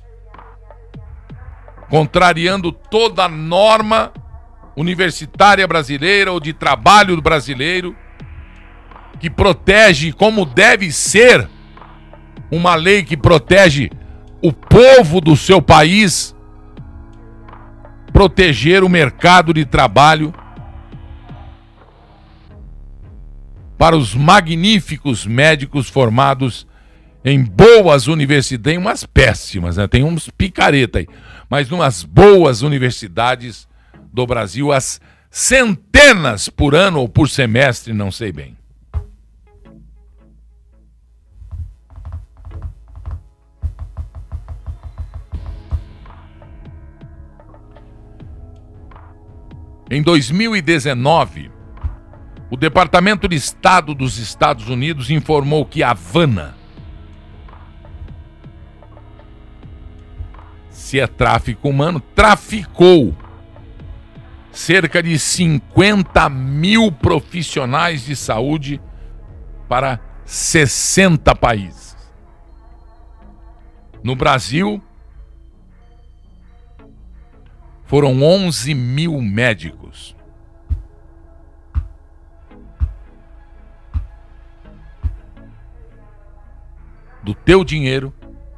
Contrariando toda a norma universitária brasileira ou de trabalho brasileiro, que protege, como deve ser, uma lei que protege o povo do seu país, proteger o mercado de trabalho para os magníficos médicos formados em boas universidades, tem umas péssimas, né? Tem uns picareta aí, mas umas boas universidades do Brasil, as centenas por ano ou por semestre, não sei bem. Em dois mil e dezenove, o Departamento de Estado dos Estados Unidos informou que Havana, se é tráfico humano, traficou cerca de cinquenta mil profissionais de saúde para sessenta países. No Brasil, foram onze mil médicos. Do teu dinheiro,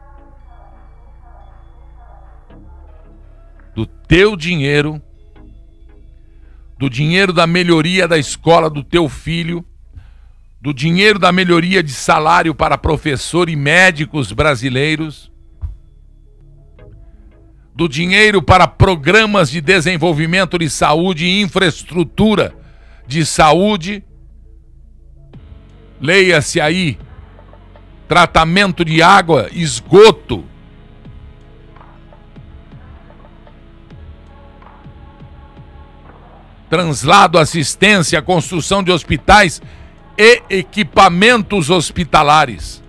do teu dinheiro, do dinheiro da melhoria da escola do teu filho, do dinheiro da melhoria de salário para professor e médicos brasileiros, do dinheiro para programas de desenvolvimento de saúde e infraestrutura de saúde, leia-se aí, tratamento de água, esgoto, translado, assistência, construção de hospitais e equipamentos hospitalares.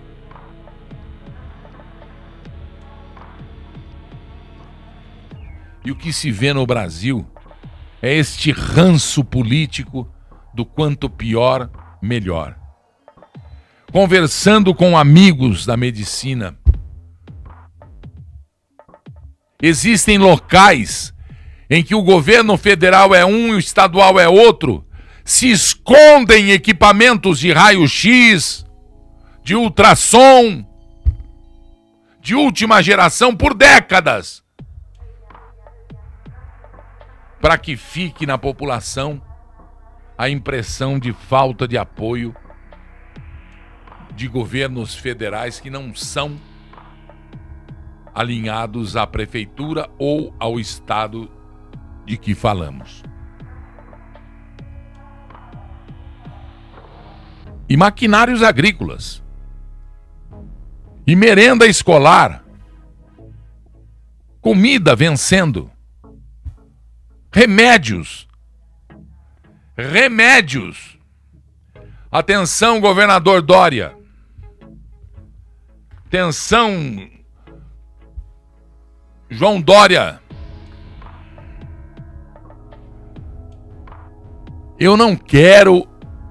E o que se vê no Brasil é este ranço político do quanto pior, melhor. Conversando com amigos da medicina, existem locais em que o governo federal é um e o estadual é outro, se escondem equipamentos de raio-x, de ultrassom, de última geração por décadas, para que fique na população a impressão de falta de apoio de governos federais que não são alinhados à prefeitura ou ao estado de que falamos. E maquinários agrícolas, e merenda escolar, comida vencendo, remédios, remédios. Atenção, governador Dória. Atenção, João Dória. Eu não quero,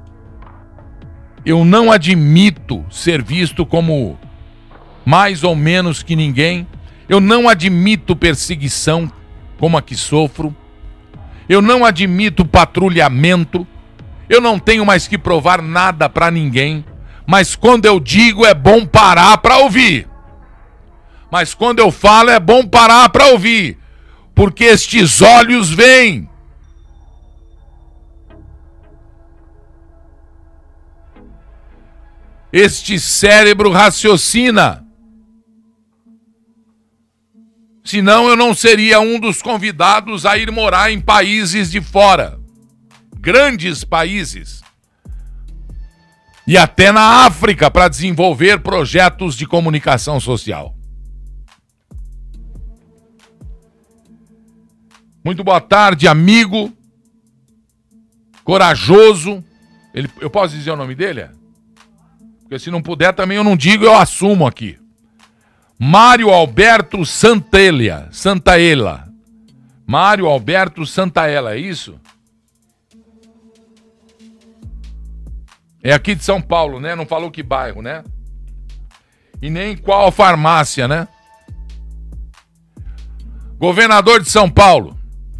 eu não admito ser visto como mais ou menos que ninguém. Eu não admito perseguição como a que sofro. Eu não admito patrulhamento. Eu não tenho mais que provar nada para ninguém. Mas quando eu digo é bom parar para ouvir. Mas quando eu falo é bom parar para ouvir. Porque estes olhos veem. Este cérebro raciocina. Senão eu não seria um dos convidados a ir morar em países de fora. Grandes países. E até na África para desenvolver projetos de comunicação social. Muito boa tarde, amigo. Corajoso. Ele, eu posso dizer o nome dele? Porque se não puder também eu não digo, eu assumo aqui. Mário Alberto Santaella. Santaella. Mário Alberto Santaella, é isso? É aqui de São Paulo, né? Não falou que bairro, né? E nem qual farmácia, né? Governador de São Paulo.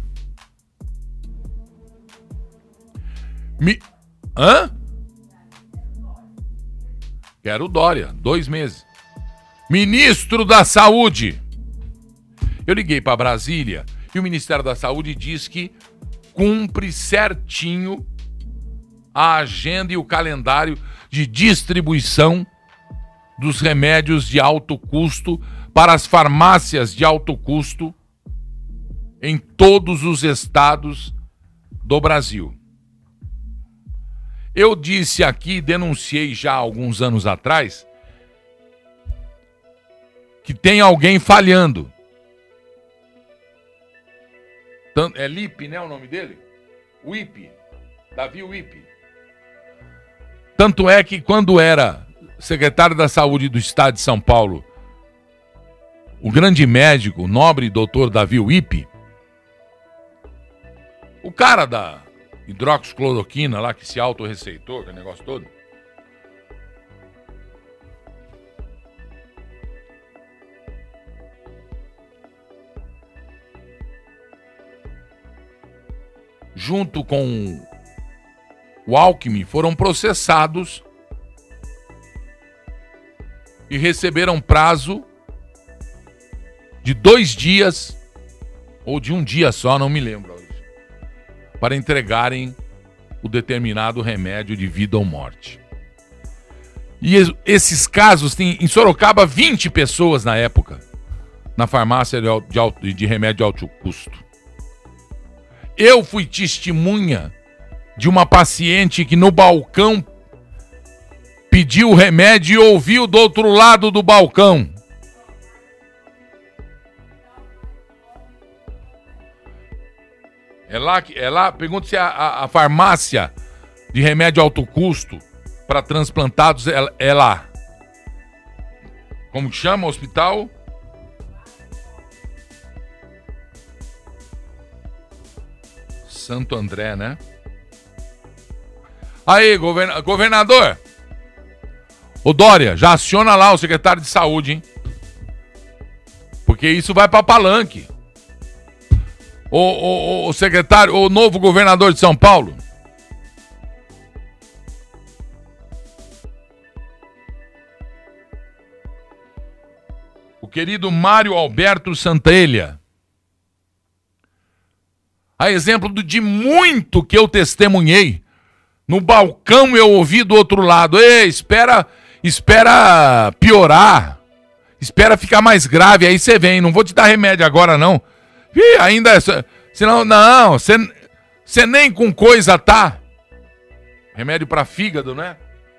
Mi... Hã? Quero Dória, dois meses. Ministro da Saúde. Eu liguei para Brasília e o Ministério da Saúde diz que cumpre certinho a agenda e o calendário de distribuição dos remédios de alto custo para as farmácias de alto custo em todos os estados do Brasil. Eu disse aqui, denunciei já há alguns anos atrás, que tem alguém falhando. É Lipe, né, o nome dele? Wipe. Davi Wipe. Tanto é que quando era secretário da Saúde do Estado de São Paulo, o grande médico, o nobre doutor Davi Wipe, o cara da hidroxicloroquina lá que se autorreceitou, aquele negócio todo, junto com o Alckmin, foram processados e receberam prazo de dois dias, ou de um dia só, não me lembro hoje, para entregarem o determinado remédio de vida ou morte. E esses casos, tem em Sorocaba vinte pessoas na época, na farmácia de, de, alto, de remédio de alto custo. Eu fui testemunha de uma paciente que no balcão pediu o remédio e ouviu do outro lado do balcão. É lá, é lá, pergunta se a, a, a farmácia de remédio alto custo para transplantados é, é lá. Como que chama o hospital? Santo André, né? Aí, govern... governador. Ô Dória, já aciona lá o secretário de saúde, hein? Porque isso vai para palanque. O, o, o secretário, o novo governador de São Paulo. O querido Mário Alberto Santaella. A exemplo de muito que eu testemunhei. No balcão eu ouvi do outro lado. Ei, espera, espera piorar. Espera ficar mais grave. Aí você vem. Não vou te dar remédio agora, não. Ih, ainda... Senão, não. Você nem com coisa tá. Remédio para fígado, né?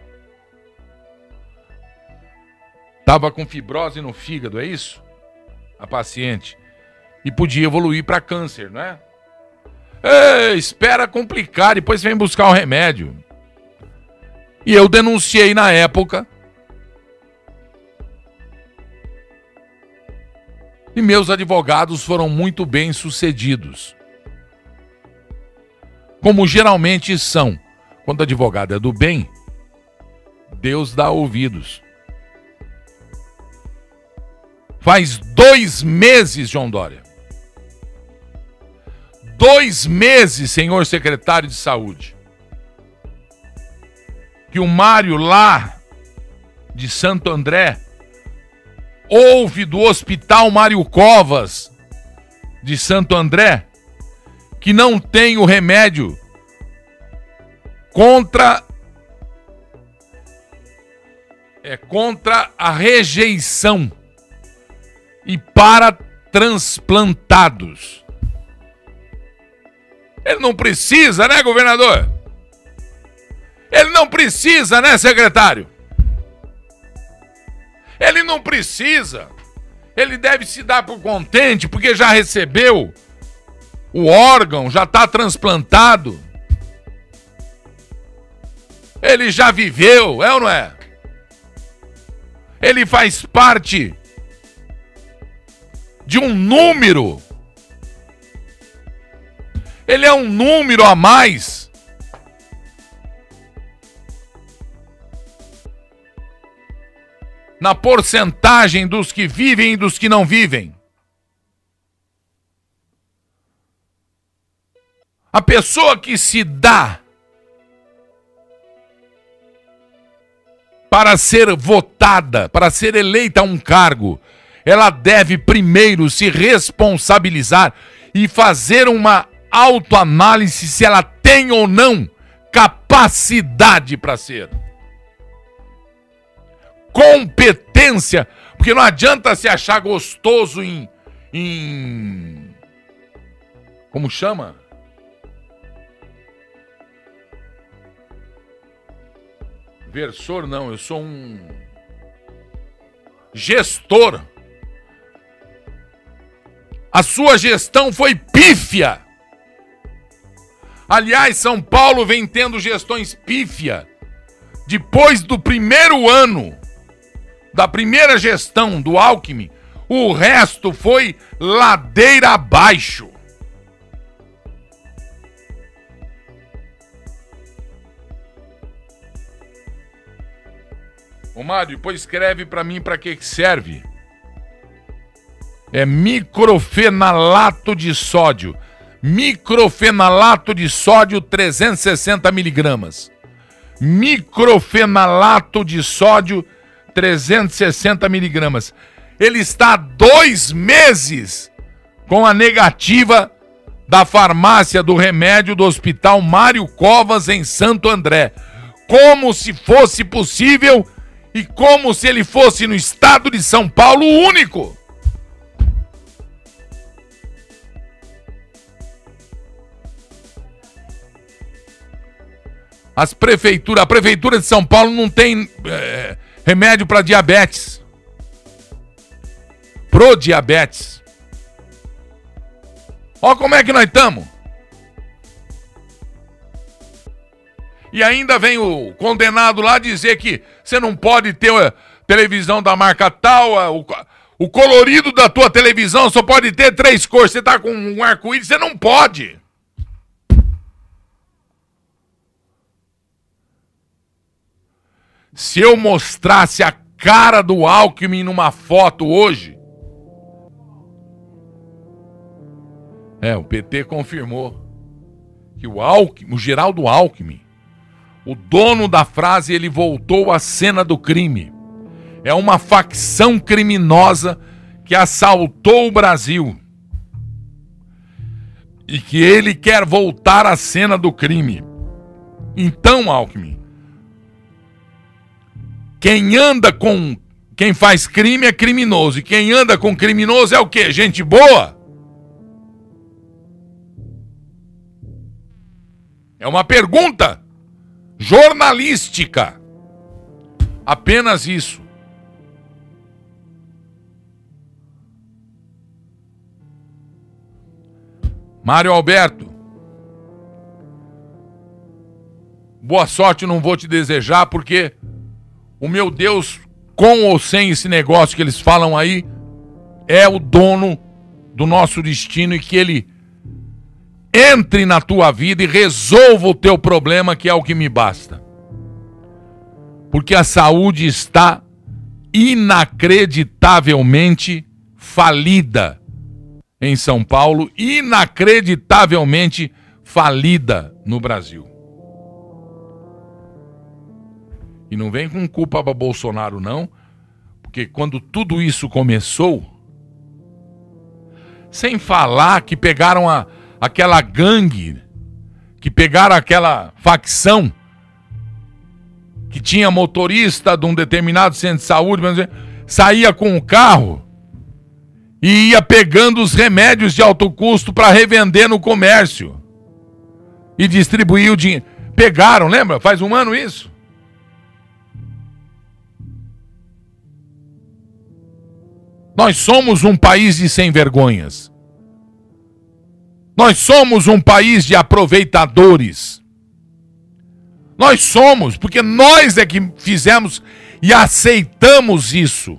Tava com fibrose no fígado, é isso? A paciente. E podia evoluir para câncer, não é? Ei, espera complicar, depois vem buscar o remédio. E eu denunciei na época. E meus advogados foram muito bem sucedidos. como geralmente são. Quando o advogado é do bem, Deus dá ouvidos. Faz dois meses, João Dória. Dois meses, senhor secretário de saúde, que o Mário lá de Santo André ouve do Hospital Mário Covas de Santo André que não tem o remédio contra é contra a rejeição e para transplantados. Ele não precisa, né, governador? Ele não precisa, né, secretário? Ele não precisa. Ele deve se dar por contente porque já recebeu o órgão, já está transplantado. Ele já viveu, é ou não é? Ele faz parte de um número. Ele é um número a mais. Na porcentagem dos que vivem e dos que não vivem. A pessoa que se dá para ser votada, para ser eleita a um cargo, ela deve primeiro se responsabilizar e fazer uma autoanálise se ela tem ou não capacidade para ser. Competência, porque não adianta se achar gostoso em, em como chama? Versor não, eu sou um gestor. A sua gestão foi pífia. Aliás, São Paulo vem tendo gestões pífia. Depois do primeiro ano da primeira gestão do Alckmin, o resto foi ladeira abaixo. Ô Mário, depois escreve pra mim pra que que serve. É microfenalato de sódio. Microfenalato de sódio trezentos e sessenta miligramas. Microfenalato de sódio trezentos e sessenta miligramas. Ele está há dois meses com a negativa da farmácia do remédio do Hospital Mário Covas em Santo André. Como se fosse possível e como se ele fosse no estado de São Paulo o único. As prefeituras, a prefeitura de São Paulo não tem é, remédio para diabetes. Pro diabetes. Olha como é que nós estamos. E ainda vem o condenado lá dizer que você não pode ter a televisão da marca tal, o, o colorido da tua televisão só pode ter três cores. Você tá com um arco-íris, você não pode. Se eu mostrasse a cara do Alckmin numa foto hoje... É, o P T confirmou que o Alckmin, o Geraldo Alckmin, o dono da frase, ele voltou à cena do crime. É uma facção criminosa que assaltou o Brasil. E que ele quer voltar à cena do crime. Então, Alckmin, quem anda com... Quem faz crime é criminoso. E quem anda com criminoso é o quê? Gente boa? É uma pergunta jornalística. Apenas isso. Mário Alberto, boa sorte não vou te desejar, porque o meu Deus, com ou sem esse negócio que eles falam aí, é o dono do nosso destino e que ele entre na tua vida e resolva o teu problema, que é o que me basta. Porque a saúde está inacreditavelmente falida em São Paulo, inacreditavelmente falida no Brasil. E não vem com culpa para Bolsonaro, não, porque quando tudo isso começou, sem falar que pegaram a, aquela gangue, que pegaram aquela facção que tinha motorista de um determinado centro de saúde, saía com o carro e ia pegando os remédios de alto custo para revender no comércio e distribuir o dinheiro. Pegaram, lembra? Faz um ano isso. Nós somos um país de sem vergonhas. Nós somos um país de aproveitadores. Nós somos, porque nós é que fizemos e aceitamos isso.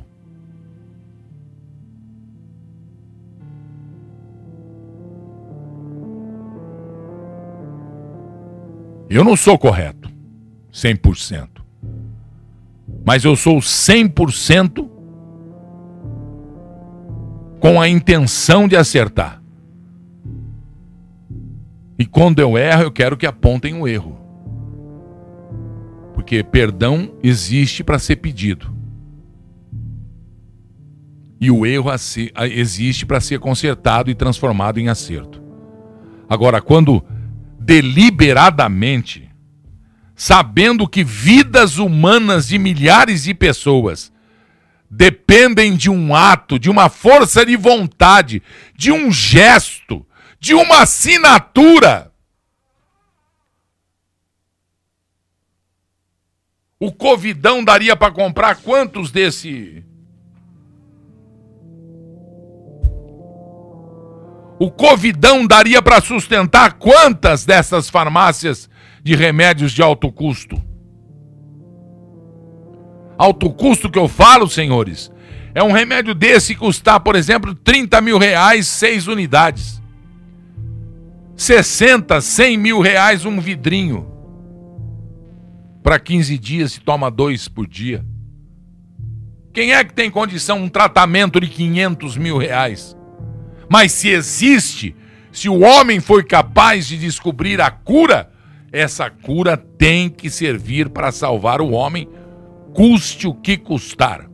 Eu não sou correto, cem por cento. Mas eu sou cem por cento com a intenção de acertar. E quando eu erro, eu quero que apontem o erro. Porque perdão existe para ser pedido. E o erro existe para ser consertado e transformado em acerto. Agora, quando deliberadamente, sabendo que vidas humanas de milhares de pessoas dependem de um ato, de uma força de vontade, de um gesto, de uma assinatura. O Covidão daria para comprar quantos desse? O Covidão daria para sustentar quantas dessas farmácias de remédios de alto custo? Alto custo que eu falo, senhores, é um remédio desse custar, por exemplo, trinta mil reais, seis unidades. sessenta, cem mil reais um vidrinho. Para quinze dias se toma dois por dia. Quem é que tem condição um tratamento de quinhentos mil reais? Mas se existe, se o homem foi capaz de descobrir a cura, essa cura tem que servir para salvar o homem, custe o que custar.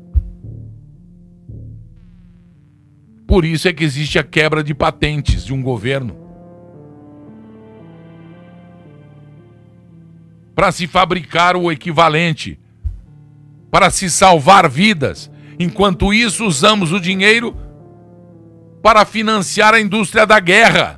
Por isso é que existe a quebra de patentes de um governo. Para se fabricar o equivalente, para se salvar vidas. Enquanto isso, usamos o dinheiro para financiar a indústria da guerra.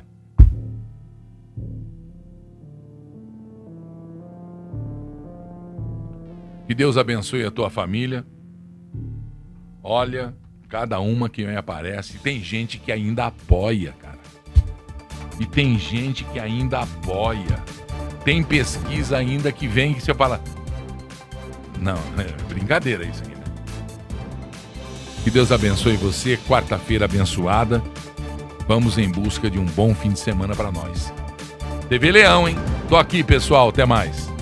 Que Deus abençoe a tua família. Olha, cada uma que me aparece. Tem gente que ainda apoia, cara. E tem gente que ainda apoia. Tem pesquisa ainda que vem que você fala... Não, é brincadeira isso aqui, né? Que Deus abençoe você. Quarta-feira abençoada. Vamos em busca de um bom fim de semana para nós. T V Leão, hein? Tô aqui, pessoal. Até mais.